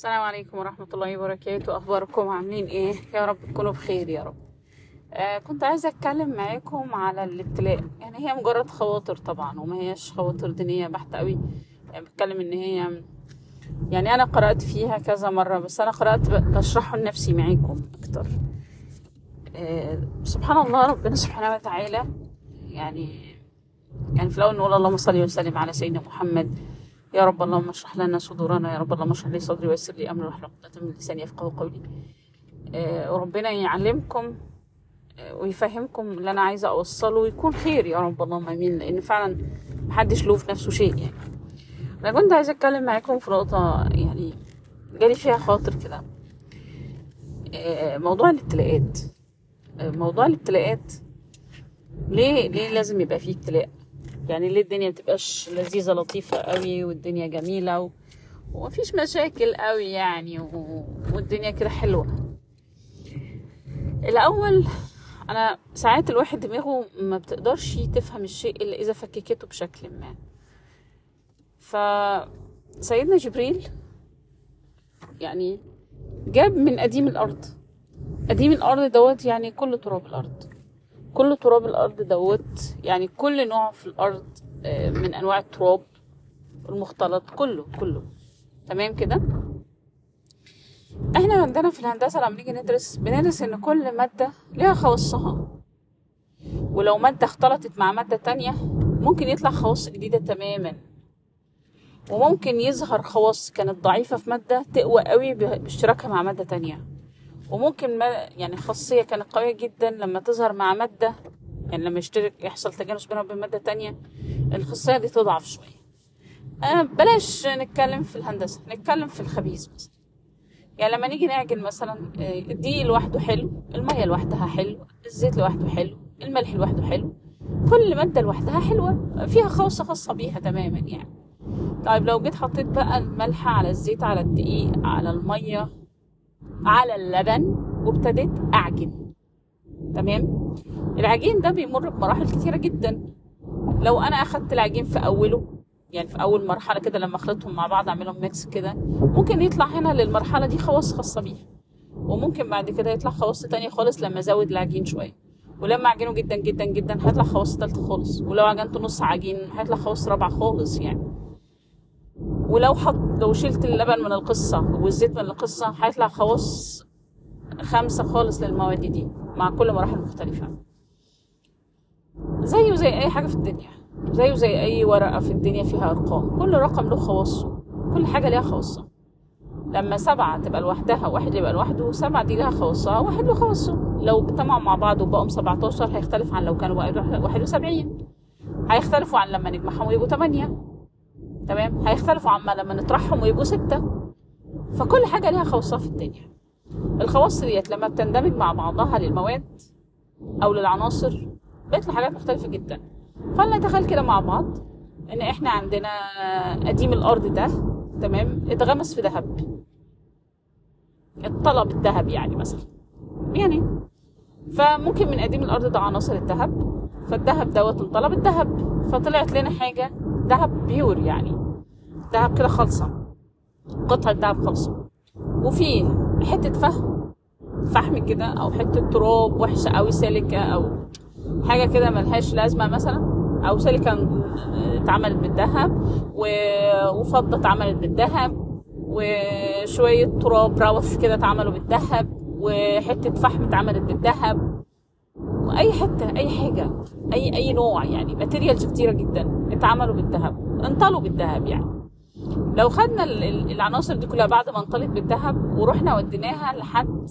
السلام عليكم ورحمة الله وبركاته. أخباركم عاملين إيه؟ يا رب تكونوا بخير يا رب. كنت عايزة أتكلم معاكم على الابتلاء. يعني هي مجرد خواطر طبعا، وما هيش خواطر دينية بحتة قوي. يعني بتكلم إن هي، يعني أنا قرأت فيها كذا مرة، بس أنا قرأت بشرحه لنفسي معاكم أكتر. سبحان الله، ربنا سبحانه وتعالى يعني في الأول نقول اللهم صل وسلم على سيدنا محمد. يا رب اللهم اشرح لنا صدورنا، يا رب اللهم اشرح لي صدري ويسر لي امري واحلل عقدة من لساني يفقهوا قولي. وربنا يعلمكم ويفهمكم اللي انا عايزه اوصله ويكون خير يا رب، اللهم امين، لان فعلا محدش له في نفسه شيء. يعني انا كنت عايزه اتكلم معاكم في نقطه يعني جالي فيها خاطر كده. موضوع الابتلاءات. ليه لازم يبقى فيه ابتلاء؟ يعني ليه الدنيا متبقاش لذيذة لطيفة قوي والدنيا جميلة ومفيش مشاكل قوي يعني والدنيا كده حلوة؟ الأول، أنا ساعات الواحد دماغه ما بتقدرش تفهم الشيء إلا إذا فككته بشكل ما. فسيدنا جبريل يعني جاب من قديم الأرض دوت، يعني كل تراب الأرض دوت، يعني كل نوع في الأرض من أنواع التراب المختلط كله تمام كده. احنا عندنا في الهندسة لما نيجي بندرس ان كل مادة ليها خواصها، ولو مادة اختلطت مع مادة تانية ممكن يطلع خواص جديدة تماما، وممكن يظهر خواص كانت ضعيفة في مادة تقوى قوي باشتراكها مع مادة تانية، وممكن يعني خاصية كانت قوية جدا لما تظهر مع مادة، يعني لما يحصل تجانس بينها وبين مادة تانية الخاصية دي تضعف شوية. بلاش نتكلم في الهندسة، نتكلم في الخبيث مثلا. يعني لما نيجي نعجن مثلا، الدقيق لوحده حلو، المية لوحدها حلو، الزيت لوحده حلو، الملح لوحده حلو، كل مادة لوحدها حلوة فيها خاصة بيها تماما يعني. طيب لو جيت حطيت بقى الملح على الزيت على الدقيق على المية على اللبن وابتديت اعجن، تمام، العجين ده بيمر بمراحل كتيرة جدا. لو انا اخدت العجين في اوله، يعني في اول مرحلة كده لما اخلطهم مع بعض اعملهم ميكس كده، ممكن يطلع هنا للمرحلة دي خواص خاصة بيها، وممكن بعد كده يطلع خواص تانية خالص لما ازود العجين شوية، ولما اعجنه جدا جدا جدا هيطلع خواص تالتة خالص، ولو عجنته نص عجين هيطلع خواص رابعة خالص يعني. لو شلت اللبن من القصة والزيت من القصة هيطلع خواص 5 خالص للمواد دي مع كل مراحل مختلفة. زي اي حاجة في الدنيا، زي اي ورقة في الدنيا فيها ارقام، كل رقم له خواصه، كل حاجة ليها خواصها. لما 7 تبقى لوحدها و1 يبقى لوحده، 7 دي لها خواصها، 1 له خواصه. لو اجتمعوا مع بعض وبقوا 17 هيختلف عن لو كانوا 71، هيختلفوا عن لما نجمعهم ويبقوا 8، تمام، هيختلفوا عن لما نطرحهم ويبقوا 6. فكل حاجة ليها خواصها في الدنيا. الخواص ديت لما بتندمج مع بعضها للمواد او للعناصر بيطلع حاجات مختلفة جدا. فلنتخيل كده مع بعض ان احنا عندنا قديم الارض ده، تمام، اتغمس في ذهب، اتطلب الذهب يعني مثلا، يعني فممكن من قديم الارض ده عناصر الذهب، فالذهب دوت انطلب الذهب، فطلعت لنا حاجة ذهب بيور، يعني ذهب كده خالصة، قطعة ذهب خالصة، وفي حتة فحم كده او حتة تراب وحشة او سيليكا او حاجة كده ملهاش لازمة مثلا، او سيليكا اتعملت بالذهب وفضة اتعملت بالذهب، وشوية تراب روث كده اتعملوا بالذهب، وحتة فحم اتعملت بالذهب، واي حتة اي حاجة اي نوع، يعني ماتيريالز كتيرة جدا اتعملوا بالذهب، انطلوا بالذهب. يعني لو خدنا العناصر دي كلها بعد ما انطلت بالذهب ورحنا وديناها لحد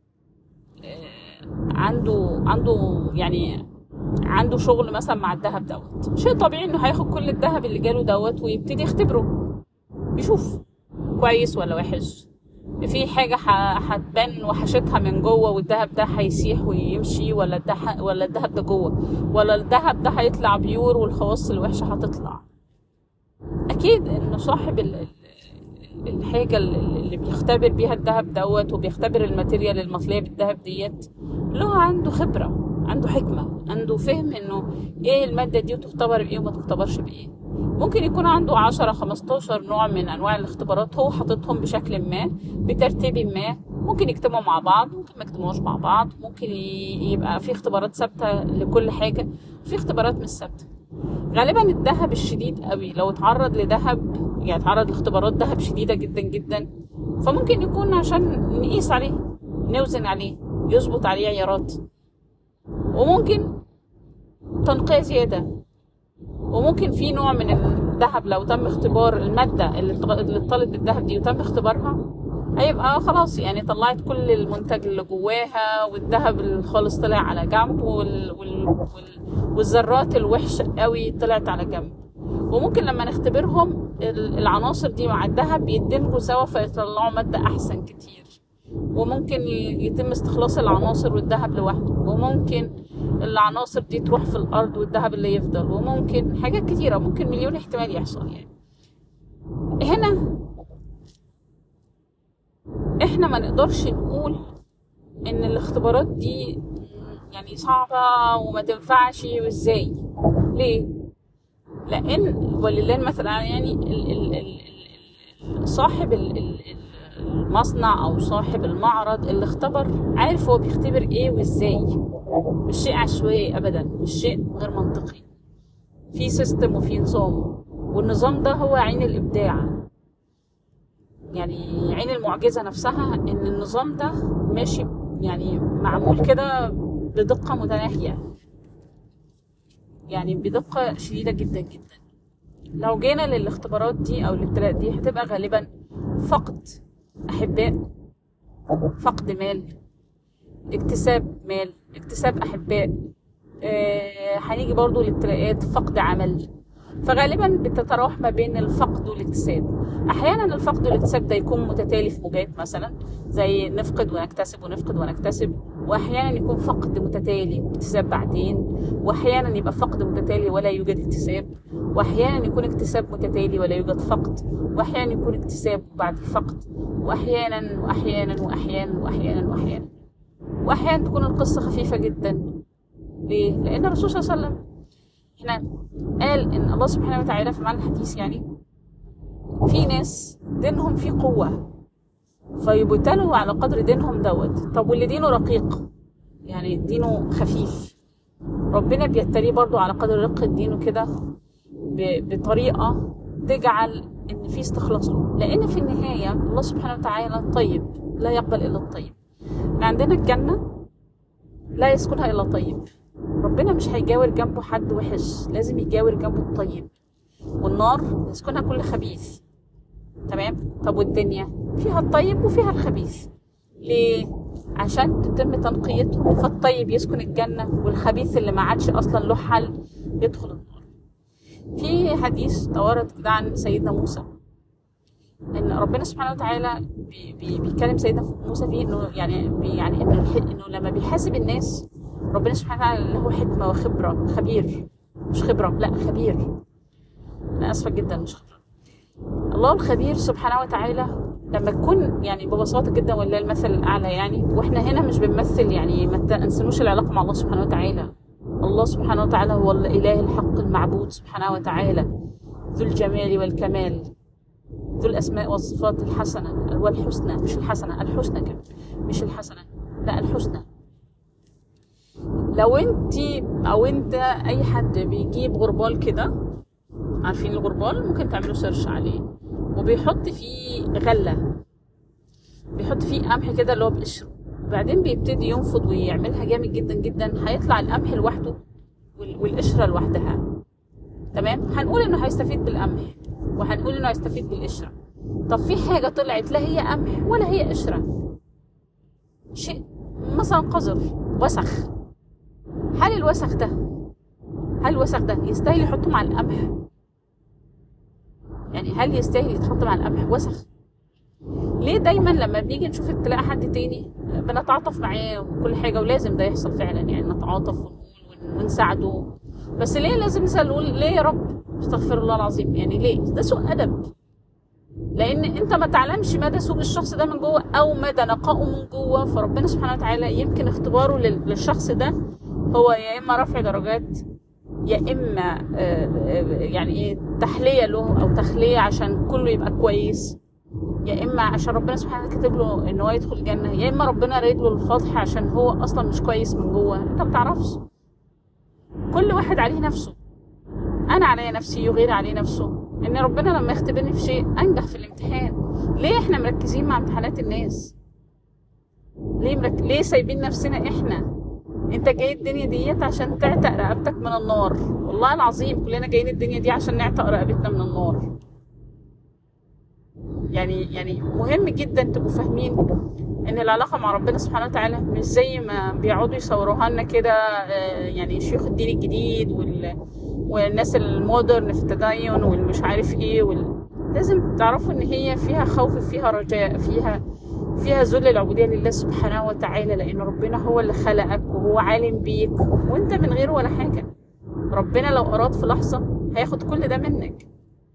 عنده شغل مثلا مع الذهب دوت، شيء طبيعي انه هياخد كل الذهب اللي جاله دوت ويبتدي يختبره، يشوف كويس ولا وحش، في حاجة هتبان وحشتها من جوه والذهب ده هيسيح ويمشي، ولا الذهب ده جوه، ولا الذهب ده هيطلع بيور والخواص الوحشة هتطلع. اكيد انه صاحب الحاجة اللي بيختبر بيها الذهب دوت وبيختبر الماتيريال المطلية بالذهب ديت له عنده خبرة، عنده حكمة، عنده فهم انه ايه المادة دي وتختبر بايه وما تختبرش بايه. ممكن يكون عنده 10-15 نوع من انواع الاختبارات هو حاططهم بشكل ما بترتيب ما. ممكن يكتبوا مع بعض، ممكن ما يكتبوش مع بعض، ممكن يبقى في اختبارات ثابته لكل حاجه، في اختبارات مش ثابته. غالبا الذهب الشديد قوي لو اتعرض لذهب، يعني اتعرض لاختبارات ذهب شديده جدا جدا، فممكن يكون عشان نقيس عليه، نوزن عليه، يظبط عليه عيارات. وممكن تنقية زيادة. وممكن في نوع من الذهب لو تم اختبار المادة اللي اطلت بالذهب دي وتم اختبارها، هيبقى خلاص يعني طلعت كل المنتج اللي جواها، والذهب الخالص طلع على جنب، والذرات الوحشة قوي طلعت على جنب. وممكن لما نختبرهم العناصر دي مع الذهب يدمجوا سوا فيطلعوا مادة أحسن كتير. وممكن يتم استخلاص العناصر والذهب لوحده، وممكن العناصر دي تروح في الأرض والذهب اللي يفضل، وممكن حاجات كتيرة، ممكن مليون احتمال يحصل. يعني هنا احنا ما نقدرش نقول ان الاختبارات دي يعني صعبة وما تنفعش وازاي. ليه؟ لان ولله المثل يعني صاحب المصنع او صاحب المعرض اللي اختبر عارف هو بيختبر ايه وازاي. مش شيء عشوائي ابدا، مش شيء غير منطقي، في سيستم وفي نظام، والنظام ده هو عين الابداع، يعني عين المعجزة نفسها، ان النظام ده ماشي يعني معمول كده بدقة متناهية، يعني بدقة شديدة جدا جدا. لو جينا للاختبارات دي او الابتلاءات دي هتبقى غالبا فقد احباء، فقد مال، اكتساب مال، اكتساب احباء، هنيجي برضو الابتلاءات فقد عمل. فغالبا بتتراوح ما بين الفقد والاكتساب. احيانا الفقد والاكتساب ده يكون متتالي في موجات، مثلا زي نفقد ونكتسب ونفقد ونكتسب، واحيانا يكون فقد متتالي واكتساب بعدين، واحيانا يبقى فقد متتالي ولا يوجد اكتساب، واحيانا يكون اكتساب متتالي ولا يوجد فقد، واحيانا يكون اكتساب وبعد فقد، واحيانا واحيانا واحيانا واحيانا واحيانا واحيانا تكون القصة خفيفة جدا. ليه؟ لان الرسول صلى الله عليه وسلم احنا قال ان الله سبحانه وتعالى في معنى الحديث يعني في ناس دينهم فيه قوة فيبتلوا على قدر دينهم دوت. طب واللي دينه رقيق يعني دينه خفيف، ربنا بيبتليه برضو على قدر رقة دينه كده بطريقة تجعل ان في استخلاص له. لان في النهاية الله سبحانه وتعالى طيب لا يقبل الا الطيب. عندنا الجنة لا يسكنها الا طيب، ربنا مش هيجاور جنبه حد وحش، لازم يجاور جنبه الطيب. والنار يسكنها كل خبيث، تمام؟ طب والدنيا فيها الطيب وفيها الخبيث. ليه؟ عشان تتم تنقيتهم، فالطيب يسكن الجنة والخبيث اللي ما عادش اصلا له حل يدخل النار. في حديث توارد كده عن سيدنا موسى ان ربنا سبحانه وتعالى بيكلم سيدنا موسى فيه انه يعني انه لما بيحاسب الناس ربنا سبحانه وتعالى له حكمة وخبرة، خبير، مش خبرة، لا خبير، أنا آسفة جدا، مش خبرة. الله الخبير سبحانه وتعالى لما تكون يعني ببساطة جدا ولله المثل الأعلى يعني، وإحنا هنا مش بنمثل يعني ما تنسنوش العلاقة مع الله سبحانه وتعالى. الله سبحانه وتعالى هو الإله الحق المعبود سبحانه وتعالى، ذو الجمال والكمال، ذو الأسماء والصفات الحسنة والحسنى، مش الحسنة، الحسنى كمان، مش الحسنة، لا الحسنى. لو انت اي حد بيجيب غربال كده، عارفين الغربال؟ ممكن تعملوا سيرش عليه، وبيحط فيه غلة، بيحط فيه قمح كده اللي هو بقشره، وبعدين بيبتدي ينفض ويعملها جامد جدا جدا، هيطلع القمح لوحده والقشرة لوحدها، تمام؟ هنقول انه هيستفيد بالقمح وهنقول انه هيستفيد بالقشرة. طب في حاجة طلعت لا هي قمح ولا هي قشرة، شيء مثلا قذر، وسخ، هل الوسخ ده يستاهل يحطه مع القمح؟ يعني هل يستاهل يتحط مع القمح وسخ؟ ليه دايما لما بنيجي نشوف ابتلاء حد تاني بنتعاطف معاه وكل حاجة، ولازم ده يحصل فعلا يعني، نتعاطف ونساعده، بس ليه لازم نسأل نقول ليه يا رب؟ استغفر الله العظيم، يعني ليه؟ ده سوء أدب، لأن أنت ما تعلمش مدى سوء الشخص ده من جوه أو مدى نقائه من جوه. فربنا سبحانه وتعالى يمكن اختباره للشخص ده هو يا إما رفع درجات يا اما يعني ايه تحليه له او تخليه عشان كله يبقى كويس، يا اما عشان ربنا سبحانه كاتب له ان هو يدخل الجنه، يا اما ربنا رايد له الفتح عشان هو اصلا مش كويس من جوه. انت ما تعرفش، كل واحد عليه نفسه. انا عليا نفسي وغيري عليه نفسه، ان ربنا لما يختبرني في شيء انجح في الامتحان. ليه احنا مركزين مع امتحانات الناس؟ ليه سايبين نفسنا احنا؟ انت جاي الدنيا ديت عشان تعتق رقبتك من النار، والله العظيم كلنا جايين الدنيا دي عشان نعتق رقبتنا من النار. يعني مهم جدا تبقوا فاهمين ان العلاقه مع ربنا سبحانه وتعالى مش زي ما بيقعدوا يصوروها لنا كده، يعني شيوخ الدين الجديد والناس المودرن في التدين والمش عارف ايه لازم تعرفوا ان هي فيها خوف، فيها رجاء، فيها ذل العبوديه لله سبحانه وتعالى، لان ربنا هو اللي خلقك وهو عالم بيك وانت من غيره ولا حاجه. ربنا لو اراد في لحظه هياخد كل ده منك.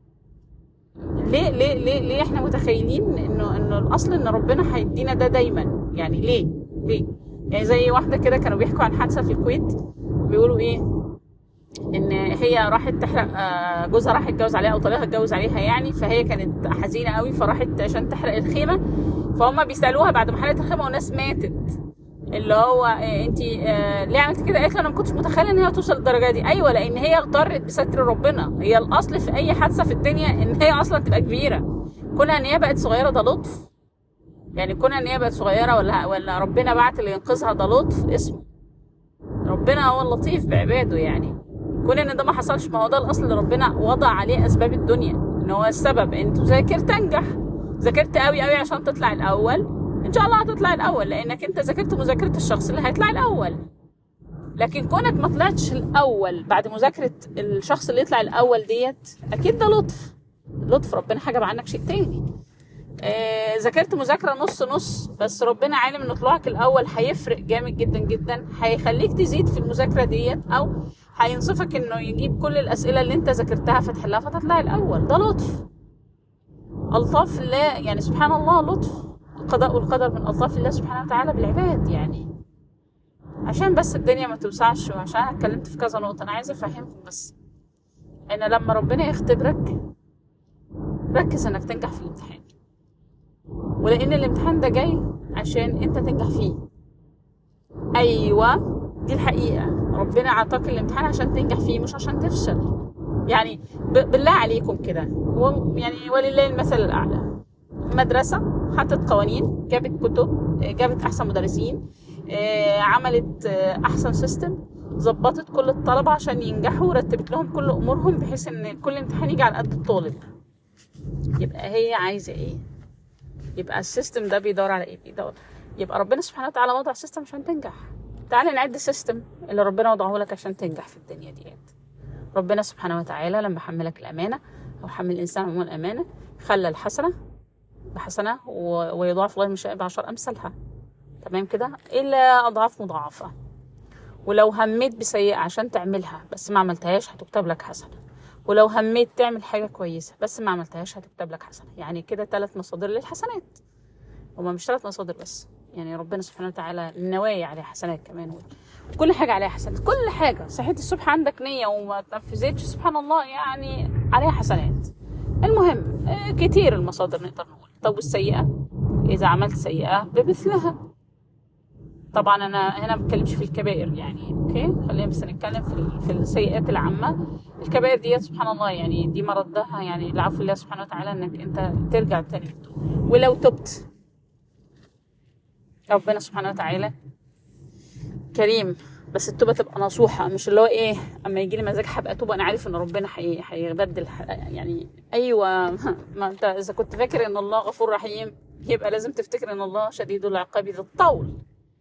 ليه احنا متخيلين انه الاصل ان ربنا هيدينا ده دايما؟ يعني ليه يعني زي واحده كده كانوا بيحكوا عن حادثه في الكويت، بيقولوا ايه، ان هي راحت تحرق، جوزها راح يتجوز عليها او طليقها اتجوز عليها يعني، فهي كانت حزينه قوي فراحت عشان تحرق الخيمه. فهم بيسالوها بعد ما حرقت الخيمه والناس ماتت، اللي هو انت ليه عملت كده؟ قالت له انا ما كنتش متخيله ان هي توصل للدرجه دي. ايوه، لان هي اغترت بستر ربنا. هي الاصل في اي حادثه في الدنيا ان هي اصلا تبقى كبيره، كونها ان هي بقت صغيره ده لطف. يعني كونها ان هي بقت صغيره ولا ربنا بعت اللي ينقذها ده لطف اسمه. ربنا هو اللطيف بعباده يعني. كون ان ده ما حصلش، ما هو ده الاصل اللي ربنا وضع عليه اسباب الدنيا، ان هو السبب. انت ذاكرت تنجح، ذاكرت قوي قوي عشان تطلع الاول، ان شاء الله هتطلع الاول، لانك انت ذاكرت مذاكره الشخص اللي هيطلع الاول. لكن كونك ما طلعتش الاول بعد مذاكره الشخص اللي يطلع الاول ديت، اكيد ده لطف ربنا حجب عنك شيء تاني. ذاكرت مذاكره نص نص، بس ربنا عالم ان طلوعك الاول هيفرق جامد جدا جدا، هيخليك تزيد في المذاكره ديت، او هينصفك انه يجيب كل الاسئله اللي انت ذاكرتها فتحلها فتطلع الاول. ده لطف، الطاف الله يعني، سبحان الله. لطف القضاء والقدر من الطاف الله سبحانه وتعالى بالعباد يعني. عشان بس الدنيا ما توسعش، وعشان انا اتكلمت في كذا نقطه، انا عايزه افهمكم بس ان لما ربنا يختبرك ركز انك تنجح في الامتحان، ولان الامتحان ده جاي عشان انت تنجح فيه. ايوه دي الحقيقه، ربنا عطاك الامتحان عشان تنجح فيه مش عشان تفشل. يعني بالله عليكم كده، يعني ولله المثل الاعلى، مدرسه حطت قوانين، جابت كتب، جابت احسن مدرسين، عملت احسن سيستم، ظبطت كل الطلبه عشان ينجحوا، ورتبت لهم كل امورهم بحيث ان كل امتحان يجي على قد الطالب. يبقى هي عايزه ايه؟ يبقى السيستم ده بيدور على ايه؟ يبقى ربنا سبحانه وتعالى وضع سيستم عشان تنجح. تعالى نعد السيستم اللي ربنا وضعه لك عشان تنجح في الدنيا ديت. ربنا سبحانه وتعالى لما حملك الامانه او حمل الانسان عموما الامانه، خلى الحسنه بحسنه ويضاعف الله من شاء ب10 امثالها. تمام كده؟ الا اضعاف مضاعفه. ولو هميت بسيئه عشان تعملها بس ما عملتهاش هتكتب لك حسنه، ولو هميت تعمل حاجه كويسه بس ما عملتهاش هتكتب لك حسنه. يعني كده 3 مصادر للحسنات، هما مش 3 مصادر بس، يعني ربنا سبحانه وتعالى النوايا عليها حسنات كمان، وكل حاجه عليها حسنات. كل حاجه صحيت الصبح عندك نيه وما تنفذتش سبحان الله يعني عليها حسنات. المهم كتير المصادر نقدر نقول. طب والسيئه؟ اذا عملت سيئه بمثلها. طبعا انا هنا ما بتكلمش في الكبائر يعني، اوكي، خلينا بس نتكلم في السيئات العامه. الكبائر ديت سبحان الله يعني دي مردها يعني العفو الله سبحانه وتعالى، انك انت ترجع تاني ولو تبت ربنا سبحانه وتعالى كريم، بس التوبه تبقى نصوحه، مش اللي هو ايه اما يجي لي مزاج هبقى توبه. انا عارف ان ربنا هيبدل يعني. ايوه ما انت اذا كنت فاكر ان الله غفور رحيم يبقى لازم تفتكر ان الله شديد العقاب ذو الطول.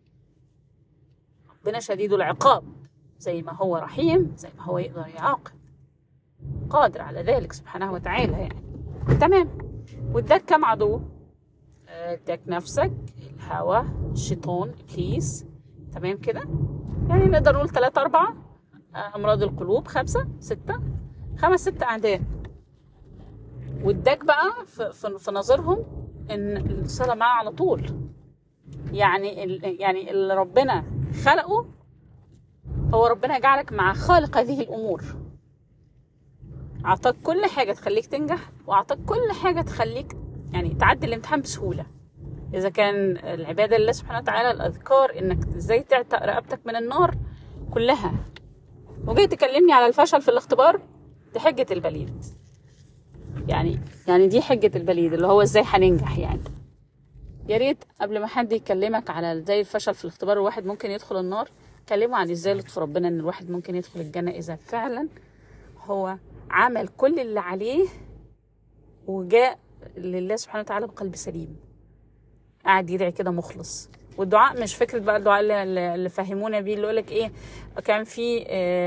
ربنا شديد العقاب، زي ما هو رحيم زي ما هو يقدر يعاقب، قادر على ذلك سبحانه وتعالى يعني. تمام. واداك كم عدو؟ اداك نفسك، الهوى، الشيطان، ابليس. تمام كده؟ يعني نقدر نقول 3 4 امراض القلوب، 5 6 اعداء. واداك بقى في نظرهم ان الصلاه معاه على طول. يعني اللي ربنا خلقه هو ربنا جعلك مع خالق هذه الأمور، أعطاك كل حاجة تخليك تنجح، وأعطاك كل حاجة تخليك يعني تعدي الامتحان بسهولة. إذا كان العبادة لله سبحانه وتعالى، الأذكار، إنك إزاي تعتق رقبتك من النار كلها، وجاي تكلمني على الفشل في الاختبار، دي حجة البليد. يعني دي حجة البليد اللي هو إزاي هننجح يعني. يا ريت قبل ما حد يكلمك على ازاي الفشل في الاختبار الواحد ممكن يدخل النار، كلمه عن ازاي لطف ربنا ان الواحد ممكن يدخل الجنة اذا فعلا هو عمل كل اللي عليه وجاء لله سبحانه وتعالى بقلب سليم، قاعد يدعي كده مخلص. والدعاء مش فكرة بقى الدعاء اللي فهمونا بيه، اللي يقولك ايه، كان في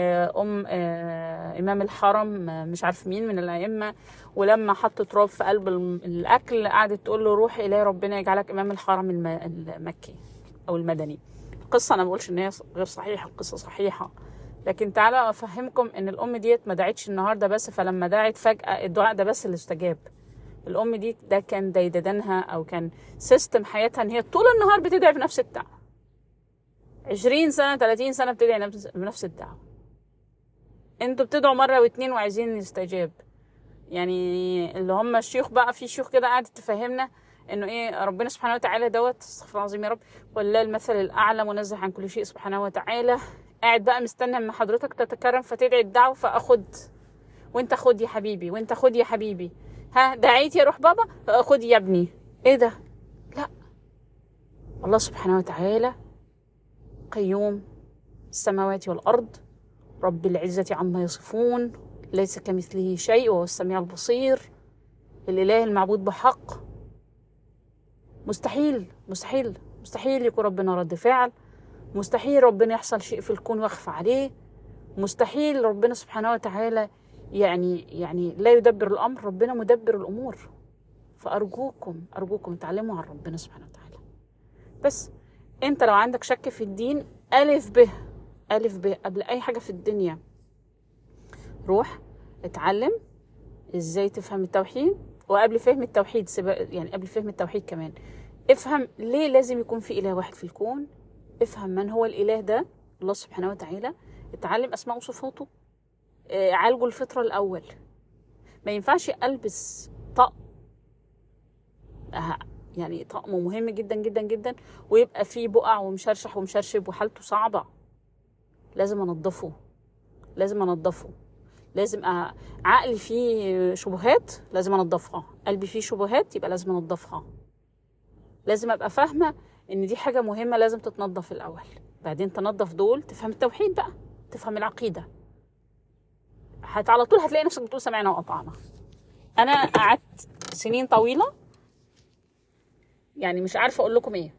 امام الحرم مش عارف مين من الائمة، ولما حط تراب في قلب الاكل قعدت تقول له روح الى ربنا يجعلك امام الحرم المكي او المدني. القصة انا بقولش ان هي غير صحيحة، القصة صحيحة، لكن تعالى افهمكم ان الام ديت ما دعتش النهاردة بس، فلما دعت فجأة الدعاء ده بس اللي استجاب. الام دي ده كان ديدنها او كان سيستم حياتها ان هي طول النهار بتدعي بنفس الدعوه، 20 سنه 30 سنه بتدعي بنفس الدعوه. انتوا بتدعوا مره واتنين وعايزين يستجاب. يعني اللي هم الشيوخ بقى، في شيوخ كده قاعده تفهمنا انه ايه ربنا سبحانه وتعالى دوت، استغفر الله العظيم يا رب، ولله المثل الاعلى منزه عن كل شيء سبحانه وتعالى. قاعد بقى مستنى ان حضرتك تتكرم فتدعي الدعوه، فاخد وانت خد يا حبيبي، وانت خد يا حبيبي، ها دعيت يا روح بابا خد يا ابني. ايه ده؟ لا، الله سبحانه وتعالى قيوم السماوات والارض، رب العزة عما يصفون، ليس كمثله شيء وهو السميع البصير، الاله المعبود بحق. مستحيل مستحيل مستحيل يكون ربنا رد فعل، مستحيل ربنا يحصل شيء في الكون ويخفى عليه، مستحيل ربنا سبحانه وتعالى يعني لا يدبر الامر، ربنا مدبر الامور. فارجوكم تعلموا عن ربنا سبحانه وتعالى. بس انت لو عندك شك في الدين، الف ب قبل اي حاجه في الدنيا روح اتعلم ازاي تفهم التوحيد، وقبل فهم التوحيد يعني قبل فهم التوحيد كمان افهم ليه لازم يكون في اله واحد في الكون، افهم من هو الاله ده الله سبحانه وتعالى، اتعلم اسماء وصفاته، عالجوا الفطره الاول. ما ينفعش البس طقم يعني طقم مهم جدا جدا جدا ويبقى فيه بقع ومشرشح ومشرشب وحالته صعبه. لازم انضفه، لازم عقلي فيه شبهات لازم انضفها، قلبي فيه شبهات يبقى لازم انضفها، لازم ابقى فاهمه ان دي حاجه مهمه لازم تتنضف الاول، بعدين تنضف دول، تفهم التوحيد بقى، تفهم العقيده، على طول هتلاقي نفسك بتقول سمعنا وأطعنا. انا قعدت سنين طويله يعني مش عارفه اقول لكم ايه،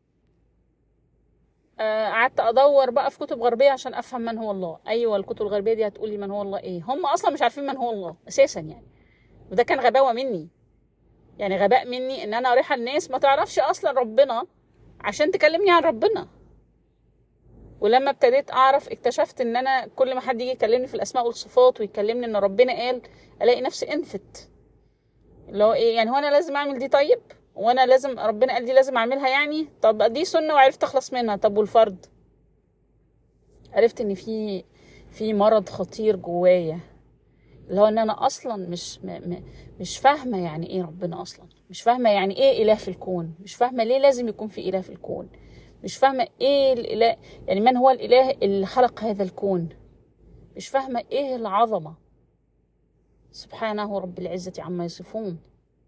قعدت ادور بقى في كتب غربيه عشان افهم من هو الله. ايوه الكتب الغربيه دي هتقولي من هو الله ايه، هم اصلا مش عارفين من هو الله اساسا يعني، وده كان غباوه مني، يعني غباء مني ان انا اوريها الناس ما تعرفش اصلا ربنا عشان تكلمني عن ربنا. ولما ابتديت اعرف اكتشفت ان انا كل ما حد يجي يكلمني في الاسماء والصفات ويكلمني ان ربنا قال، الاقي نفسي انفت، اللي هو ايه يعني، هو انا لازم اعمل دي؟ طيب وانا لازم ربنا قال دي لازم اعملها يعني؟ طب دي سنه وعرفت اخلص منها، طب والفرض؟ عرفت ان في مرض خطير جوايا، اللي هو ان انا اصلا مش فاهمه يعني ايه ربنا، اصلا مش فاهمه يعني ايه اله في الكون، مش فاهمه ليه لازم يكون في اله في الكون، مش فاهمه ايه الاله، يعني من هو الاله اللي خلق هذا الكون، مش فاهمه ايه العظمه سبحانه رب العزه عما يصفون،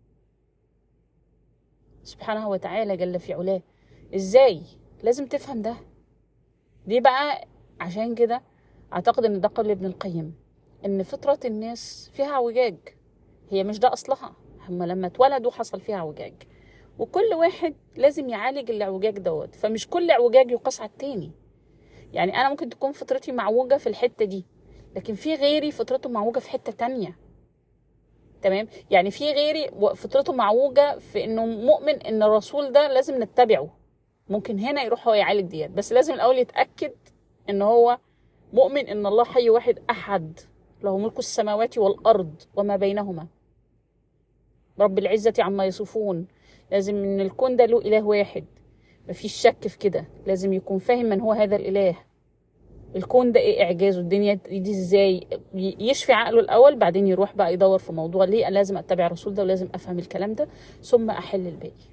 سبحانه وتعالى جل في علاه. ازاي؟ لازم تفهم ده. دي بقى عشان كده اعتقد ان ده قول ابن القيم، ان فطرة الناس فيها اعوجاج، هي مش ده اصلها، هم لما اتولدوا حصل فيها اعوجاج، وكل واحد لازم يعالج الاعوجاج دوت، فمش كل اعوجاج يقاس على التاني. يعني انا ممكن تكون فطرتي معوجة في الحتة دي، لكن في غيري فطرته معوجة في حتة تانية، تمام؟ يعني في غيري فطرته معوجة في انه مؤمن ان الرسول ده لازم نتبعه، ممكن هنا يروح هو يعالج ديت، بس لازم الاول يتأكد ان هو مؤمن ان الله حي واحد احد، له ملك السماوات والارض وما بينهما، رب العزة عما يصفون. لازم ان الكون ده له اله واحد، مفيش شك في كده، لازم يكون فاهم من هو هذا الاله، الكون ده ايه اعجازه، الدنيا دي ازاي، يشفي عقله الاول، بعدين يروح بقى يدور في موضوع ليه لازم اتبع الرسول ده ولازم افهم الكلام ده ثم احل الباقي.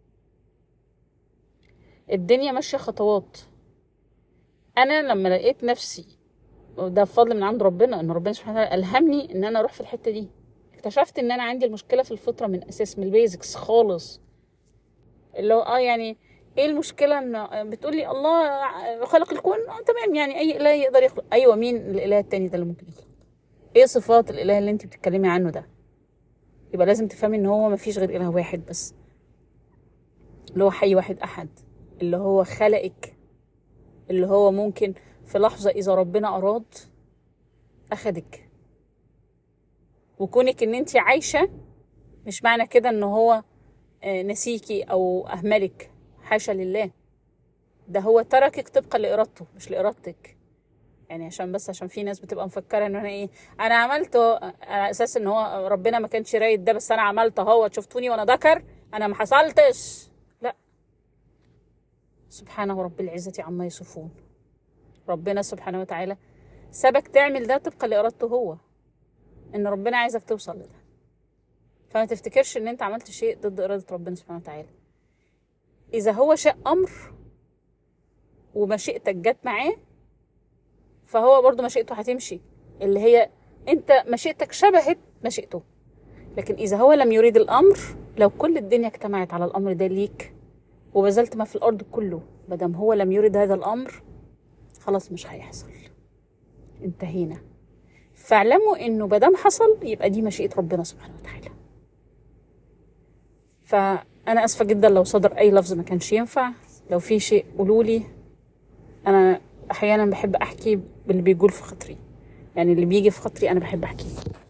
الدنيا ماشيه خطوات. انا لما لقيت نفسي، وده بفضل من عند ربنا، ان ربنا سبحانه وتعالى الهمني ان انا اروح في الحته دي، اكتشفت ان انا عندي المشكله في الفطره من اساس، من البيزكس خالص، اللي هو يعني ايه المشكله؟ ان بتقولي الله خلق الكون، تمام، يعني اي اله يقدر يخلق. ايوه، مين الاله التاني ده اللي ممكن يخلق؟ ايه صفات الاله اللي انت بتتكلمي عنه ده؟ يبقى لازم تفهمي ان هو مفيش غير اله واحد بس، اللي هو حي واحد احد، اللي هو خلقك، اللي هو ممكن في لحظه اذا ربنا اراد اخدك. وكونك ان انت عايشه مش معنى كده ان هو نسيكي او اهملك، حاشا لله، ده هو تركك طبقا لارادته مش لارادتك. يعني عشان في ناس بتبقى مفكره ان انا عملته على اساس ان هو ربنا ما كانش رايد ده، بس انا عملته، هو شفتوني وانا ذكر، انا ما حصلتش. لا، سبحانه رب العزه عما يصفون. ربنا سبحانه وتعالى سابك تعمل ده طبقا لارادته هو، ان ربنا عايزك توصل لده. فما تفتكرش ان انت عملت شيء ضد اراده ربنا سبحانه وتعالى. اذا هو شاء امر ومشيئتك جت معاه، فهو برضو مشيئته هتمشي، اللي هي انت مشيئتك شبهت مشيئته. لكن اذا هو لم يريد الامر، لو كل الدنيا اجتمعت على الامر ده ليك وبذلت ما في الارض كله، مادام هو لم يريد هذا الامر خلاص مش هيحصل، انتهينا. فاعلموا انه مادام حصل يبقى دي مشيئة ربنا سبحانه وتعالى. فانا اسفة جدا لو صدر اي لفظ ما كانش ينفع، لو في شيء قولولي. انا احيانا بحب احكي باللي بيقول في خاطري، يعني اللي بيجي في خاطري انا بحب احكيه.